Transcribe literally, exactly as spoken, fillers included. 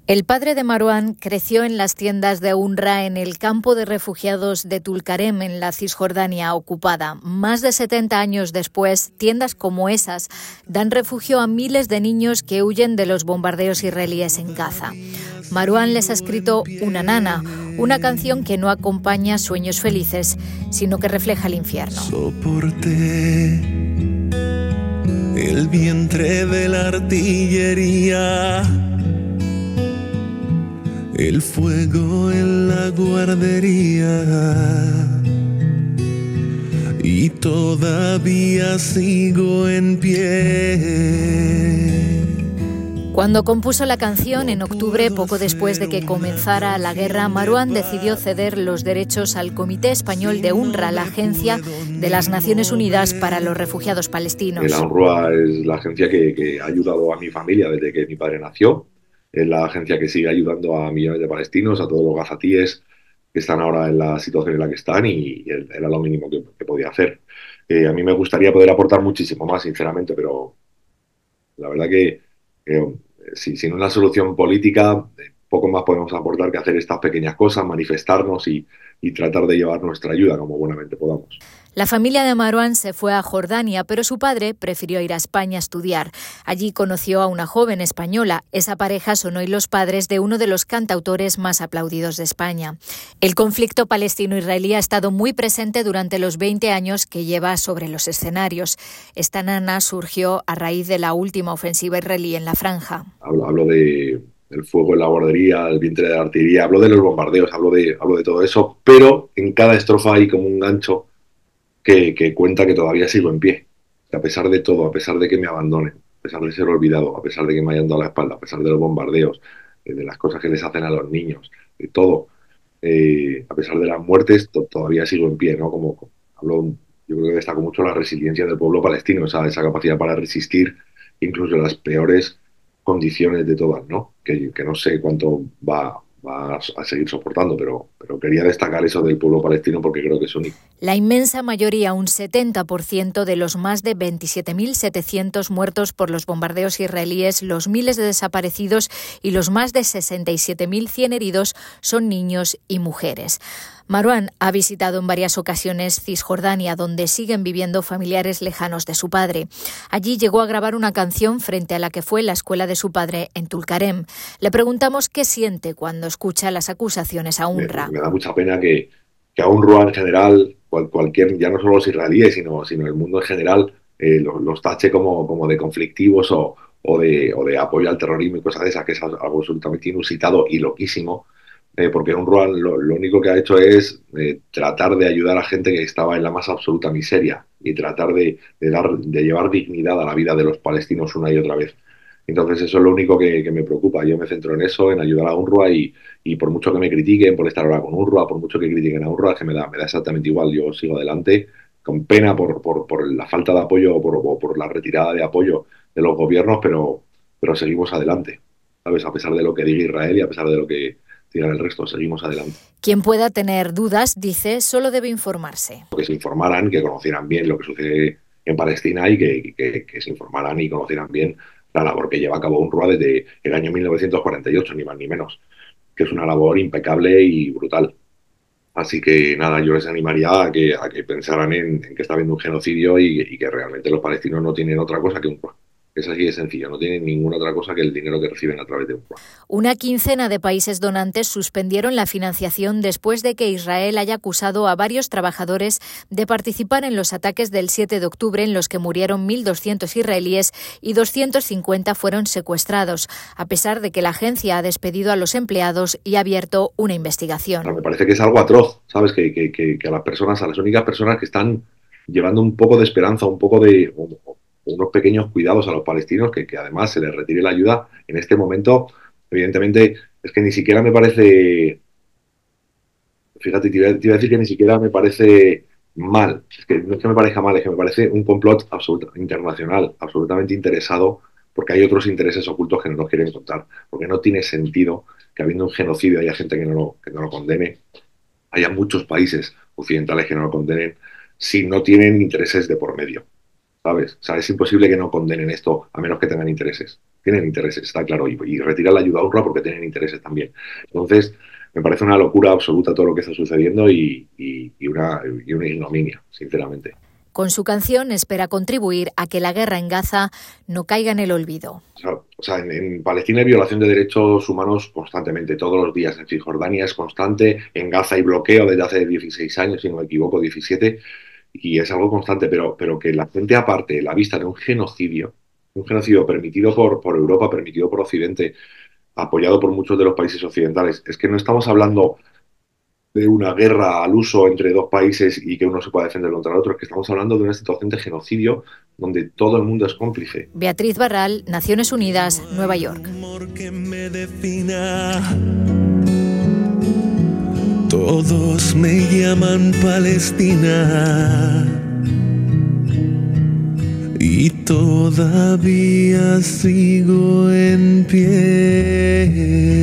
El padre de Marwan creció en las tiendas de UNRWA en el campo de refugiados de Tulkarem, en la Cisjordania ocupada. Más de setenta años después, tiendas como esas dan refugio a miles de niños que huyen de los bombardeos israelíes en Gaza. Marwan les ha escrito Una nana, una canción que no acompaña sueños felices, sino que refleja el infierno. Soporté el vientre de la artillería, el fuego en la guardería, y todavía sigo en pie. Cuando compuso la canción en octubre, poco después de que comenzara la guerra, Marwan decidió ceder los derechos al Comité Español de UNRWA, la Agencia de las Naciones Unidas para los Refugiados Palestinos. La UNRWA es la agencia que, que ha ayudado a mi familia desde que mi padre nació. Es la agencia que sigue ayudando a millones de palestinos, a todos los gazatíes que están ahora en la situación en la que están, y era lo mínimo que, que podía hacer. Eh, a mí me gustaría poder aportar muchísimo más, sinceramente, pero la verdad que eh, si, sin una solución política, eh, poco más podemos aportar que hacer estas pequeñas cosas, manifestarnos y, y tratar de llevar nuestra ayuda como buenamente podamos. La familia de Marwan se fue a Jordania, pero su padre prefirió ir a España a estudiar. Allí conoció a una joven española. Esa pareja son hoy los padres de uno de los cantautores más aplaudidos de España. El conflicto palestino-israelí ha estado muy presente durante los veinte años que lleva sobre los escenarios. Esta nana surgió a raíz de la última ofensiva israelí en la franja. Hablo, hablo de... el fuego en la guardería, el vientre de la artillería, hablo de los bombardeos, hablo de, hablo de todo eso, pero en cada estrofa hay como un gancho que, que cuenta que todavía sigo en pie, que a pesar de todo, a pesar de que me abandonen, a pesar de ser olvidado, a pesar de que me hayan dado la espalda, a pesar de los bombardeos, de las cosas que les hacen a los niños, de todo, eh, a pesar de las muertes, to- todavía sigo en pie, ¿no? Como, como hablo, yo creo que destaco mucho la resiliencia del pueblo palestino, esa, esa capacidad para resistir incluso las peores condiciones de todas, ¿no? Que, que no sé cuánto va, va a seguir soportando, pero, pero quería destacar eso del pueblo palestino porque creo que es único. La inmensa mayoría, un setenta por ciento de los más de veintisiete mil setecientos muertos por los bombardeos israelíes, los miles de desaparecidos y los más de sesenta y siete mil cien heridos son niños y mujeres. Marwan ha visitado en varias ocasiones Cisjordania, donde siguen viviendo familiares lejanos de su padre. Allí llegó a grabar una canción frente a la que fue la escuela de su padre en Tulkarem. Le preguntamos qué siente cuando escucha las acusaciones a UNRWA. Me, me da mucha pena que, que a UNRWA en general, cual, cualquier, ya no solo los israelíes, sino, sino el mundo en general, eh, los, los tache como, como de conflictivos o, o, de, o de apoyo al terrorismo y cosas de esas, que es algo absolutamente inusitado y loquísimo. Eh, porque UNRWA lo, lo único que ha hecho es eh, tratar de ayudar a gente que estaba en la más absoluta miseria y tratar de, de, dar, de llevar dignidad a la vida de los palestinos una y otra vez. Entonces eso es lo único que, que me preocupa. Yo me centro en eso, en ayudar a UNRWA, y, y por mucho que me critiquen por estar ahora con UNRWA, por mucho que critiquen a UNRWA, es que me da, me da exactamente igual. Yo sigo adelante con pena por, por, por la falta de apoyo o por, o por la retirada de apoyo de los gobiernos, pero, pero seguimos adelante, ¿sabes? A pesar de lo que diga Israel y a pesar de lo que digan el resto, seguimos adelante. Quien pueda tener dudas, dice, solo debe informarse. Que se informaran, que conocieran bien lo que sucede en Palestina y que, que, que se informaran y conocieran bien la labor que lleva a cabo UNRWA desde el año mil novecientos cuarenta y ocho, ni más ni menos, que es una labor impecable y brutal. Así que nada, yo les animaría a que, a que pensaran en, en que está habiendo un genocidio y, y que realmente los palestinos no tienen otra cosa que UNRWA. Es así de sencillo, no tienen ninguna otra cosa que el dinero que reciben a través de UNRWA. Una quincena de países donantes suspendieron la financiación después de que Israel haya acusado a varios trabajadores de participar en los ataques del siete de octubre, en los que murieron mil doscientos israelíes y doscientos cincuenta fueron secuestrados, a pesar de que la agencia ha despedido a los empleados y ha abierto una investigación. Pero me parece que es algo atroz, ¿sabes? Que, que, que, que a las personas, a las únicas personas que están llevando un poco de esperanza, un poco de... unos pequeños cuidados a los palestinos, que, que además se les retire la ayuda en este momento, evidentemente, es que ni siquiera me parece, fíjate, te iba, te iba a decir que ni siquiera me parece mal, es que no es que me parezca mal, es que me parece un complot absoluto, internacional, absolutamente interesado, porque hay otros intereses ocultos que no nos quieren contar, porque no tiene sentido que habiendo un genocidio haya gente que no lo, que no lo condene, haya muchos países occidentales que no lo condenen, si no tienen intereses de por medio. ¿Sabes? O sea, es imposible que no condenen esto a menos que tengan intereses. tienen intereses, está claro, y, y retiran la ayuda a UNRWA porque tienen intereses también. Entonces, me parece una locura absoluta todo lo que está sucediendo y, y, y, una, y una ignominia, sinceramente. Con su canción espera contribuir a que la guerra en Gaza no caiga en el olvido. O sea, o sea en, en Palestina hay violación de derechos humanos constantemente, todos los días. En Cisjordania es constante, en Gaza hay bloqueo desde hace dieciséis años, si no me equivoco, diecisiete, y es algo constante, pero, pero que la gente aparte la vista de un genocidio, un genocidio permitido por, por Europa, permitido por Occidente, apoyado por muchos de los países occidentales, es que no estamos hablando de una guerra al uso entre dos países y que uno se pueda defender contra el otro, es que estamos hablando de una situación de genocidio donde todo el mundo es cómplice. Beatriz Barral, Naciones Unidas, Nueva York. Que me defina. Todos me llaman Palestina y todavía sigo en pie.